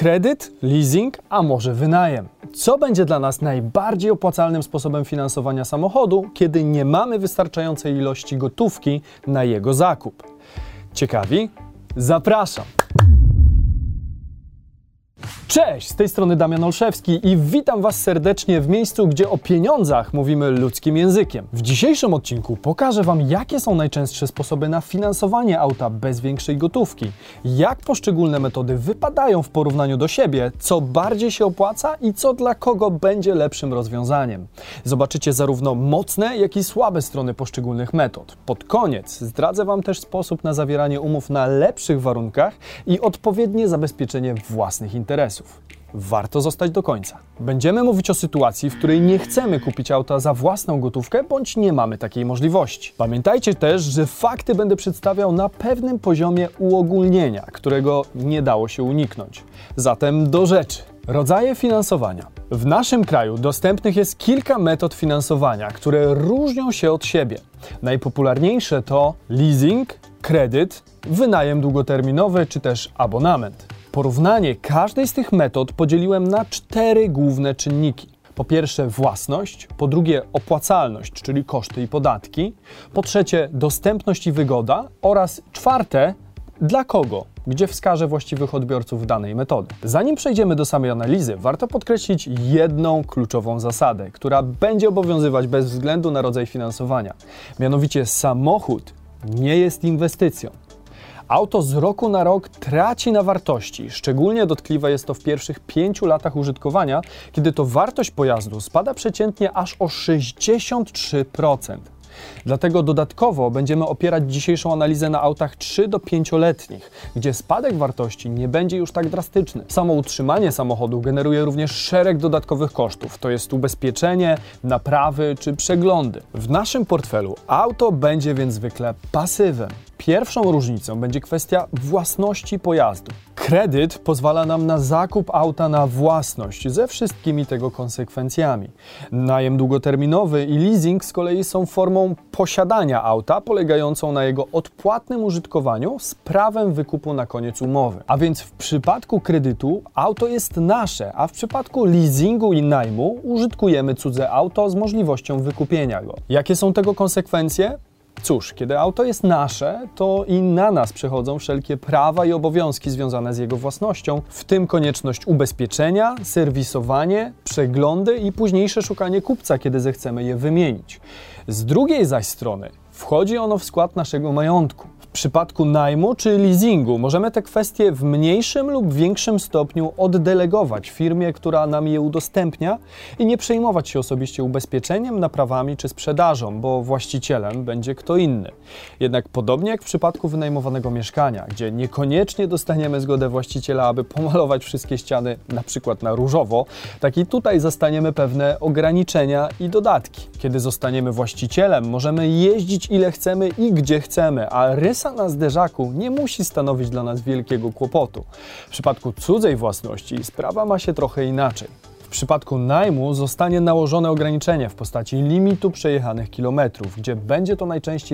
Kredyt, leasing, a może wynajem? Co będzie dla nas najbardziej opłacalnym sposobem finansowania samochodu, kiedy nie mamy wystarczającej ilości gotówki na jego zakup? Ciekawi? Zapraszam! Cześć, z tej strony Damian Olszewski i witam Was serdecznie w miejscu, gdzie o pieniądzach mówimy ludzkim językiem. W dzisiejszym odcinku pokażę Wam, jakie są najczęstsze sposoby na finansowanie auta bez większej gotówki, jak poszczególne metody wypadają w porównaniu do siebie, co bardziej się opłaca i co dla kogo będzie lepszym rozwiązaniem. Zobaczycie zarówno mocne, jak i słabe strony poszczególnych metod. Pod koniec zdradzę Wam też sposób na zawieranie umów na lepszych warunkach i odpowiednie zabezpieczenie własnych interesów. Warto zostać do końca. Będziemy mówić o sytuacji, w której nie chcemy kupić auta za własną gotówkę, bądź nie mamy takiej możliwości. Pamiętajcie też, że fakty będę przedstawiał na pewnym poziomie uogólnienia, którego nie dało się uniknąć. Zatem do rzeczy. Rodzaje finansowania. W naszym kraju dostępnych jest kilka metod finansowania, które różnią się od siebie. Najpopularniejsze to leasing, kredyt, wynajem długoterminowy czy też abonament. Porównanie każdej z tych metod podzieliłem na 4 główne czynniki. Po pierwsze własność, po drugie opłacalność, czyli koszty i podatki, po trzecie dostępność i wygoda oraz czwarte dla kogo, gdzie wskażę właściwych odbiorców danej metody. Zanim przejdziemy do samej analizy, warto podkreślić jedną kluczową zasadę, która będzie obowiązywać bez względu na rodzaj finansowania. Mianowicie samochód nie jest inwestycją. Auto z roku na rok traci na wartości. Szczególnie dotkliwe jest to w pierwszych 5 latach użytkowania, kiedy to wartość pojazdu spada przeciętnie aż o 63%. Dlatego dodatkowo będziemy opierać dzisiejszą analizę na autach 3 do 5-letnich, gdzie spadek wartości nie będzie już tak drastyczny. Samo utrzymanie samochodu generuje również szereg dodatkowych kosztów, to jest ubezpieczenie, naprawy czy przeglądy. W naszym portfelu auto będzie więc zwykle pasywem. Pierwszą różnicą będzie kwestia własności pojazdu. Kredyt pozwala nam na zakup auta na własność ze wszystkimi tego konsekwencjami. Najem długoterminowy i leasing z kolei są formą posiadania auta polegającą na jego odpłatnym użytkowaniu z prawem wykupu na koniec umowy. A więc w przypadku kredytu auto jest nasze, a w przypadku leasingu i najmu użytkujemy cudze auto z możliwością wykupienia go. Jakie są tego konsekwencje? Cóż, kiedy auto jest nasze, to i na nas przechodzą wszelkie prawa i obowiązki związane z jego własnością, w tym konieczność ubezpieczenia, serwisowanie, przeglądy i późniejsze szukanie kupca, kiedy zechcemy je wymienić. Z drugiej zaś strony wchodzi ono w skład naszego majątku. W przypadku najmu czy leasingu możemy te kwestie w mniejszym lub większym stopniu oddelegować firmie, która nam je udostępnia i nie przejmować się osobiście ubezpieczeniem, naprawami czy sprzedażą, bo właścicielem będzie kto inny. Jednak podobnie jak w przypadku wynajmowanego mieszkania, gdzie niekoniecznie dostaniemy zgodę właściciela, aby pomalować wszystkie ściany na przykład na różowo, tak i tutaj zastaniemy pewne ograniczenia i dodatki. Kiedy zostaniemy właścicielem, możemy jeździć ile chcemy i gdzie chcemy, a rysa na zderzaku nie musi stanowić dla nas wielkiego kłopotu. W przypadku cudzej własności sprawa ma się trochę inaczej. W przypadku najmu zostanie nałożone ograniczenie w postaci limitu przejechanych kilometrów, gdzie będzie to najczęściej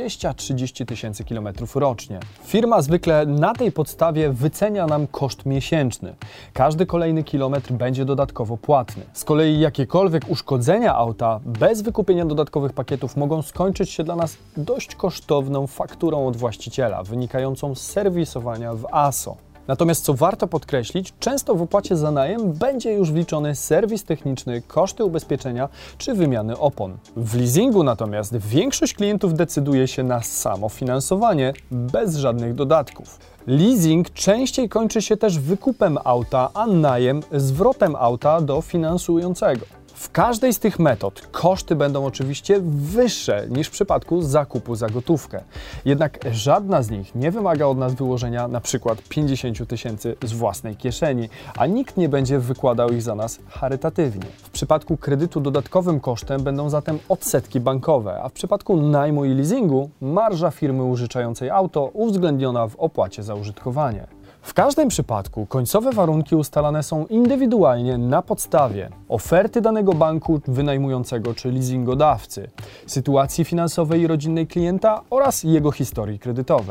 20-30 tysięcy kilometrów rocznie. Firma zwykle na tej podstawie wycenia nam koszt miesięczny. Każdy kolejny kilometr będzie dodatkowo płatny. Z kolei jakiekolwiek uszkodzenia auta bez wykupienia dodatkowych pakietów mogą skończyć się dla nas dość kosztowną fakturą od właściciela, wynikającą z serwisowania w ASO. Natomiast co warto podkreślić, często w opłacie za najem będzie już wliczony serwis techniczny, koszty ubezpieczenia czy wymiany opon. W leasingu natomiast większość klientów decyduje się na samo finansowanie bez żadnych dodatków. Leasing częściej kończy się też wykupem auta, a najem zwrotem auta do finansującego. W każdej z tych metod koszty będą oczywiście wyższe niż w przypadku zakupu za gotówkę. Jednak żadna z nich nie wymaga od nas wyłożenia na przykład 50 tysięcy z własnej kieszeni, a nikt nie będzie wykładał ich za nas charytatywnie. W przypadku kredytu dodatkowym kosztem będą zatem odsetki bankowe, a w przypadku najmu i leasingu marża firmy użyczającej auto uwzględniona w opłacie za użytkowanie. W każdym przypadku końcowe warunki ustalane są indywidualnie na podstawie oferty danego banku wynajmującego czy leasingodawcy, sytuacji finansowej i rodzinnej klienta oraz jego historii kredytowej.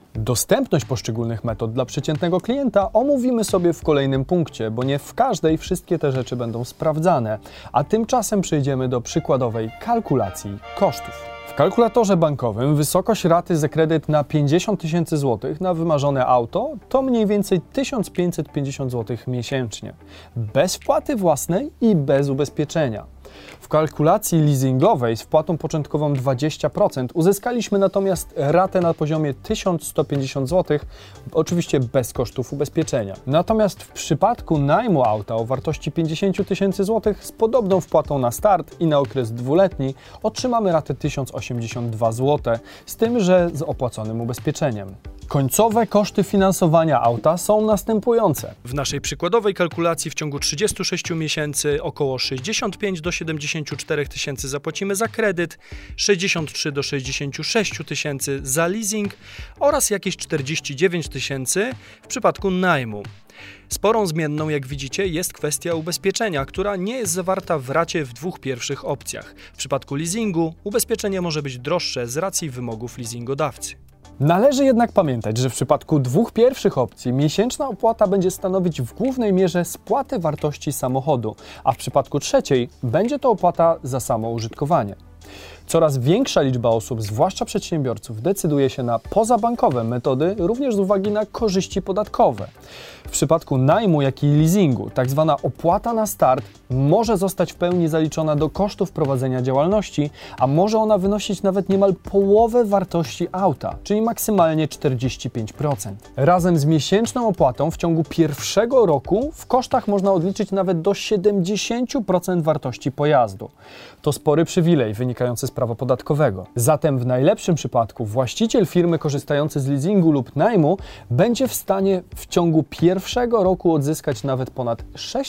Dostępność poszczególnych metod dla przeciętnego klienta omówimy sobie w kolejnym punkcie, bo nie w każdej wszystkie te rzeczy będą sprawdzane, a tymczasem przejdziemy do przykładowej kalkulacji kosztów. W kalkulatorze bankowym wysokość raty za kredyt na 50 000 złotych na wymarzone auto to mniej więcej 1550 zł miesięcznie, bez wpłaty własnej i bez ubezpieczenia. W kalkulacji leasingowej z wpłatą początkową 20% uzyskaliśmy natomiast ratę na poziomie 1150 zł, oczywiście bez kosztów ubezpieczenia. Natomiast w przypadku najmu auta o wartości 50 000 zł z podobną wpłatą na start i na okres dwuletni otrzymamy ratę 1082 zł, z tym, że z opłaconym ubezpieczeniem. Końcowe koszty finansowania auta są następujące. W naszej przykładowej kalkulacji w ciągu 36 miesięcy około 65 do 74 tysięcy zapłacimy za kredyt, 63 do 66 tysięcy za leasing oraz jakieś 49 tysięcy w przypadku najmu. Sporą zmienną, jak widzicie, jest kwestia ubezpieczenia, która nie jest zawarta w racie w dwóch pierwszych opcjach. W przypadku leasingu ubezpieczenie może być droższe z racji wymogów leasingodawcy. Należy jednak pamiętać, że w przypadku dwóch pierwszych opcji miesięczna opłata będzie stanowić w głównej mierze spłatę wartości samochodu, a w przypadku trzeciej będzie to opłata za samo użytkowanie. Coraz większa liczba osób, zwłaszcza przedsiębiorców, decyduje się na pozabankowe metody, również z uwagi na korzyści podatkowe. W przypadku najmu, jak i leasingu, tak zwana opłata na start może zostać w pełni zaliczona do kosztów prowadzenia działalności, a może ona wynosić nawet niemal połowę wartości auta, czyli maksymalnie 45%. Razem z miesięczną opłatą w ciągu pierwszego roku w kosztach można odliczyć nawet do 70% wartości pojazdu. To spory przywilej wynikający z prawa podatkowego. Zatem w najlepszym przypadku właściciel firmy korzystający z leasingu lub najmu będzie w stanie w ciągu pierwszego roku odzyskać nawet ponad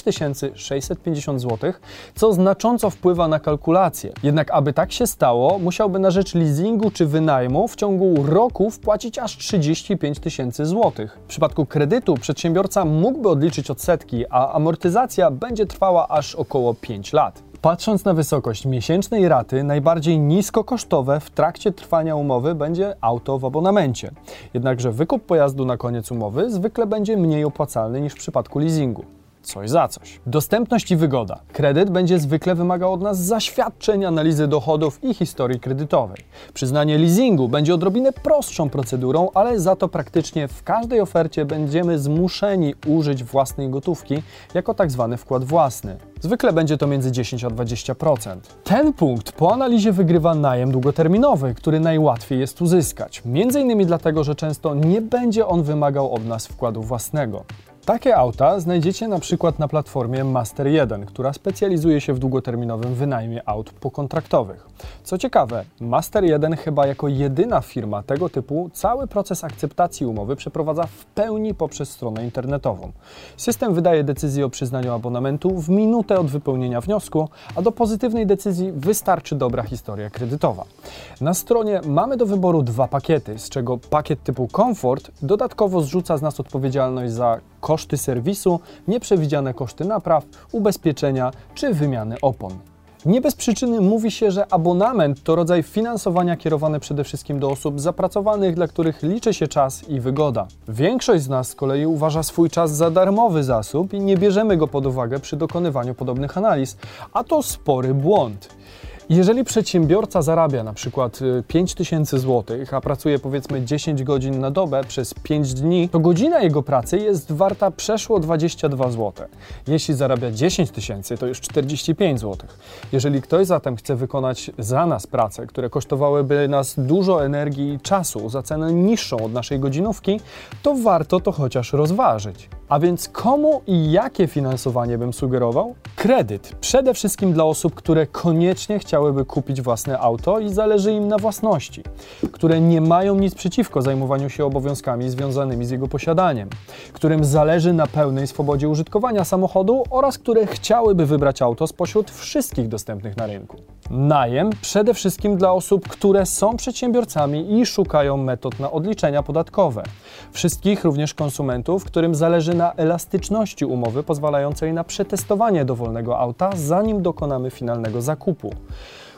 6650 zł, co znacząco wpływa na kalkulację. Jednak aby tak się stało, musiałby na rzecz leasingu czy wynajmu w ciągu roku wpłacić aż 35 000 zł. W przypadku kredytu przedsiębiorca mógłby odliczyć odsetki, a amortyzacja będzie trwała aż około 5 lat. Patrząc na wysokość miesięcznej raty, najbardziej niskokosztowe w trakcie trwania umowy będzie auto w abonamencie. Jednakże wykup pojazdu na koniec umowy zwykle będzie mniej opłacalny niż w przypadku leasingu. Coś za coś. Dostępność i wygoda. Kredyt będzie zwykle wymagał od nas zaświadczeń, analizy dochodów i historii kredytowej. Przyznanie leasingu będzie odrobinę prostszą procedurą, ale za to praktycznie w każdej ofercie będziemy zmuszeni użyć własnej gotówki jako tak zwany wkład własny. Zwykle będzie to między 10 a 20%. Ten punkt po analizie wygrywa najem długoterminowy, który najłatwiej jest uzyskać. Między innymi dlatego, że często nie będzie on wymagał od nas wkładu własnego. Takie auta znajdziecie na przykład na platformie Master1, która specjalizuje się w długoterminowym wynajmie aut pokontraktowych. Co ciekawe, Master1 chyba jako jedyna firma tego typu cały proces akceptacji umowy przeprowadza w pełni poprzez stronę internetową. System wydaje decyzję o przyznaniu abonamentu w minutę od wypełnienia wniosku, a do pozytywnej decyzji wystarczy dobra historia kredytowa. Na stronie mamy do wyboru dwa pakiety, z czego pakiet typu Komfort dodatkowo zrzuca z nas odpowiedzialność za koszty serwisu, nieprzewidziane koszty napraw, ubezpieczenia czy wymiany opon. Nie bez przyczyny mówi się, że abonament to rodzaj finansowania kierowany przede wszystkim do osób zapracowanych, dla których liczy się czas i wygoda. Większość z nas z kolei uważa swój czas za darmowy zasób i nie bierzemy go pod uwagę przy dokonywaniu podobnych analiz, a to spory błąd. Jeżeli przedsiębiorca zarabia na przykład 5000 zł, a pracuje powiedzmy 10 godzin na dobę przez 5 dni, to godzina jego pracy jest warta przeszło 22 zł. Jeśli zarabia 10 000, to już 45 zł. Jeżeli ktoś zatem chce wykonać za nas pracę, które kosztowałyby nas dużo energii i czasu za cenę niższą od naszej godzinówki, to warto to chociaż rozważyć. A więc komu i jakie finansowanie bym sugerował? Kredyt. Przede wszystkim dla osób, które koniecznie chciałyby kupić własne auto i zależy im na własności, które nie mają nic przeciwko zajmowaniu się obowiązkami związanymi z jego posiadaniem, którym zależy na pełnej swobodzie użytkowania samochodu oraz które chciałyby wybrać auto spośród wszystkich dostępnych na rynku. Najem przede wszystkim dla osób, które są przedsiębiorcami i szukają metod na odliczenia podatkowe. Wszystkich również konsumentów, którym zależy na elastyczności umowy pozwalającej na przetestowanie dowolnego auta, zanim dokonamy finalnego zakupu.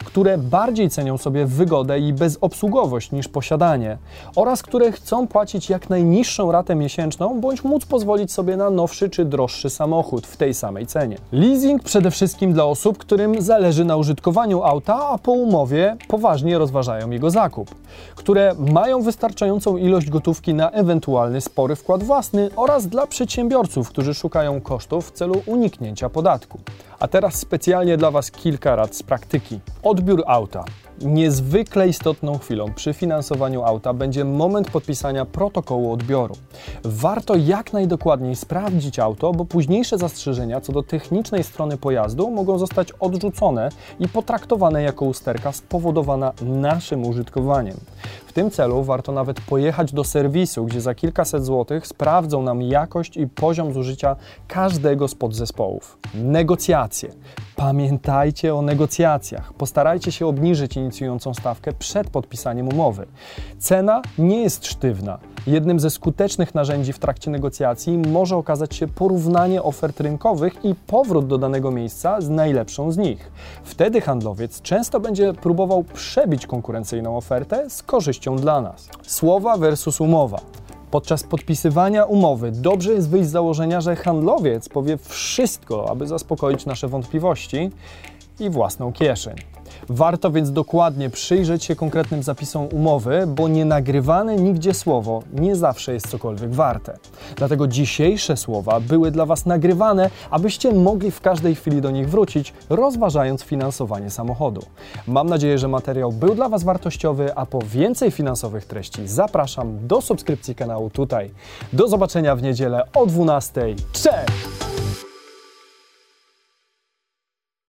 które bardziej cenią sobie wygodę i bezobsługowość niż posiadanie oraz które chcą płacić jak najniższą ratę miesięczną bądź móc pozwolić sobie na nowszy czy droższy samochód w tej samej cenie. Leasing przede wszystkim dla osób, którym zależy na użytkowaniu auta, a po umowie poważnie rozważają jego zakup, które mają wystarczającą ilość gotówki na ewentualny spory wkład własny oraz dla przedsiębiorców, którzy szukają kosztów w celu uniknięcia podatku. A teraz specjalnie dla Was kilka rad z praktyki. Odbiór auta. Niezwykle istotną chwilą przy finansowaniu auta będzie moment podpisania protokołu odbioru. Warto jak najdokładniej sprawdzić auto, bo późniejsze zastrzeżenia co do technicznej strony pojazdu mogą zostać odrzucone i potraktowane jako usterka spowodowana naszym użytkowaniem. W tym celu warto nawet pojechać do serwisu, gdzie za kilkaset złotych sprawdzą nam jakość i poziom zużycia każdego z podzespołów. Negocjacje. Pamiętajcie o negocjacjach. Postarajcie się obniżyć inicjującą stawkę przed podpisaniem umowy. Cena nie jest sztywna. Jednym ze skutecznych narzędzi w trakcie negocjacji może okazać się porównanie ofert rynkowych i powrót do danego miejsca z najlepszą z nich. Wtedy handlowiec często będzie próbował przebić konkurencyjną ofertę z korzyścią dla nas. Słowa versus umowa. Podczas podpisywania umowy dobrze jest wyjść z założenia, że handlowiec powie wszystko, aby zaspokoić nasze wątpliwości i własną kieszeń. Warto więc dokładnie przyjrzeć się konkretnym zapisom umowy, bo nienagrywane nigdzie słowo nie zawsze jest cokolwiek warte. Dlatego dzisiejsze słowa były dla Was nagrywane, abyście mogli w każdej chwili do nich wrócić, rozważając finansowanie samochodu. Mam nadzieję, że materiał był dla Was wartościowy, a po więcej finansowych treści zapraszam do subskrypcji kanału tutaj. Do zobaczenia w niedzielę o 12:00. Cześć!